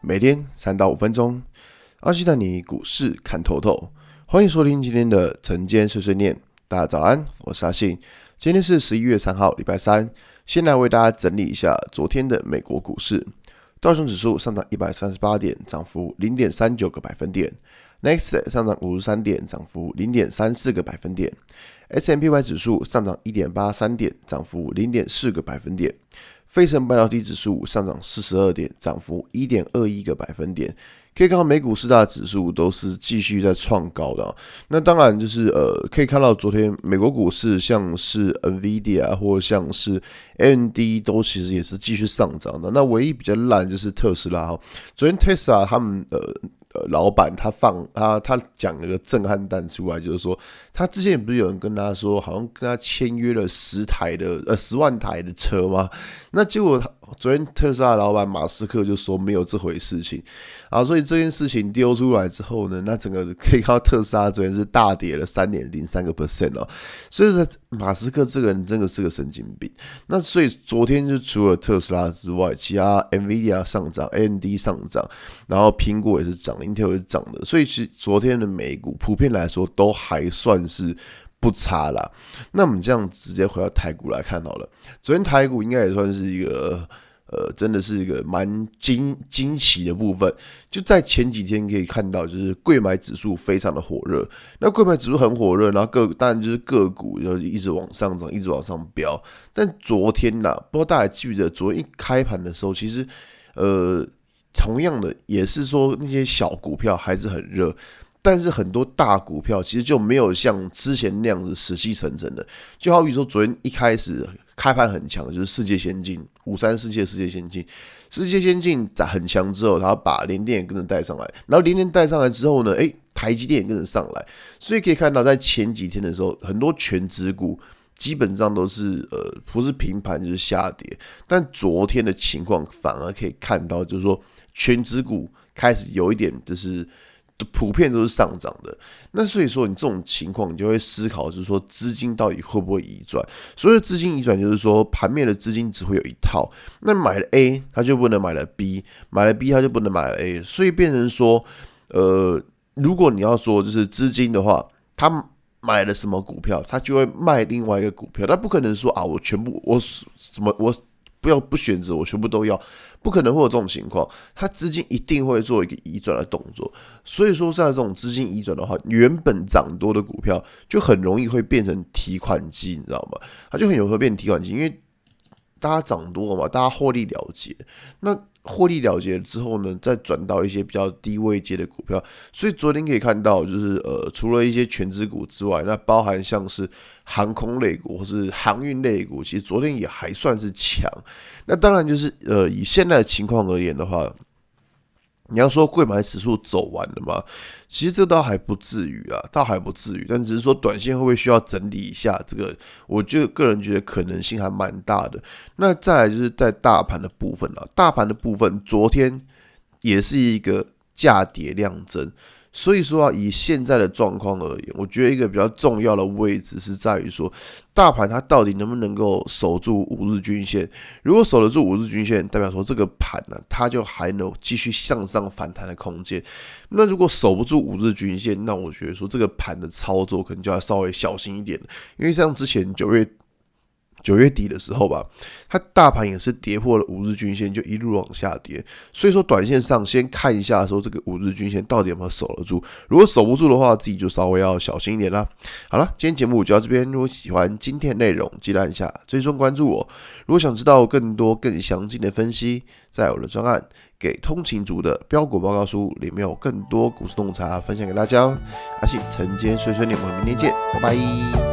每天3到5分钟，阿信带你股市看透透。欢迎收听今天的晨间碎碎念。大家早安，我是阿信。今天是11月3号，礼拜三。先来为大家整理一下昨天的美国股市。道琼指数上涨138点，涨幅0.39个百分点。Next 上涨53点，涨幅0.34个百分点。S&P500 指数上涨1.83点，涨幅0.4个百分点。费城半导体指数上涨42点，涨幅1.21个百分点。可以看到美股四大指数都是继续在创高的那当然就是可以看到昨天美国股市像是 Nvidia 或像是 AMD 都其实也是继续上涨的。那唯一比较烂就是特斯拉昨天 Tesla 他们老板他讲了个震撼弹出来，就是说他之前不是有人跟他说，好像跟他签约了10万台的车吗？那结果昨天特斯拉的老板马斯克就说没有这回事情所以这件事情丢出来之后呢，那整个可以看到特斯拉昨天是大跌了3.03%所以说马斯克这个人真的是个神经病。那所以昨天就除了特斯拉之外，其他 Nvidia 上涨 ，AMD 上涨，然后苹果也是涨，Intel 也是涨的，所以其实昨天的美股普遍来说都还算是不差啦。那我们这样直接回到台股来看好了，昨天台股应该也算是一个真的是一个蛮惊奇的部分。就在前几天可以看到，就是柜买指数非常的火热。那柜买指数很火热，然后当然就是个股就一直往上涨，一直往上飙。但昨天不知道大家记不记得，昨天一开盘的时候，其实同样的也是说那些小股票还是很热。但是很多大股票其实就没有像之前那样子死气沉沉的，就好比说昨天一开始开盘很强的就是世界先进534世界先进，世界先进很强之后，然后把联电也跟着带上来，然后联电带上来之后呢，台积电也跟着上来，所以可以看到在前几天的时候，很多全指股基本上都是不是平盘就是下跌，但昨天的情况反而可以看到，就是说全指股开始有一点就是普遍都是上涨的。那所以说你这种情况，你就会思考，就是说资金到底会不会移转？所谓的资金移转，就是说盘面的资金只会有一套，那买了 A， 他就不能买了 B， 买了 B， 他就不能买了 A， 所以变成说，如果你要说就是资金的话，他买了什么股票，他就会卖另外一个股票，他不可能说我全部我不选择，我全部都要，不可能会有这种情况。他资金一定会做一个移转的动作，所以说在这种资金移转的话，原本涨多的股票就很容易会变成提款机，你知道吗？它就很容易会变成提款机，因为大家涨多了嘛，大家获利了结，那获利了结之后呢，再转到一些比较低位阶的股票。所以昨天可以看到，就是除了一些全指股之外，那包含像是航空类股或是航运类股，其实昨天也还算是强。那当然就是以现在的情况而言的话，你要说柜买指数走完了吗？其实这倒还不至于但只是说短线会不会需要整理一下，这个我个人觉得可能性还蛮大的。那再来就是在大盘的部分大盘的部分昨天也是一个价跌量增。所以说以现在的状况而言，我觉得一个比较重要的位置是在于说，大盘它到底能不能够守住5日均线？如果守得住5日均线，代表说这个盘它就还能继续向上反弹的空间。那如果守不住5日均线，那我觉得说这个盘的操作可能就要稍微小心一点，因为像之前9月底的时候吧，它大盘也是跌破了5日均线，就一路往下跌。所以说，短线上先看一下说这个5日均线到底有没有守得住。如果守不住的话，自己就稍微要小心一点啦。好了，今天节目就到这边。如果喜欢今天的内容，记得按下追踪关注我。如果想知道更多更详尽的分析，在我的专案给通勤族的标股报告书里面有更多股市洞察分享给大家。阿信晨间碎碎念，我们明天见，拜拜。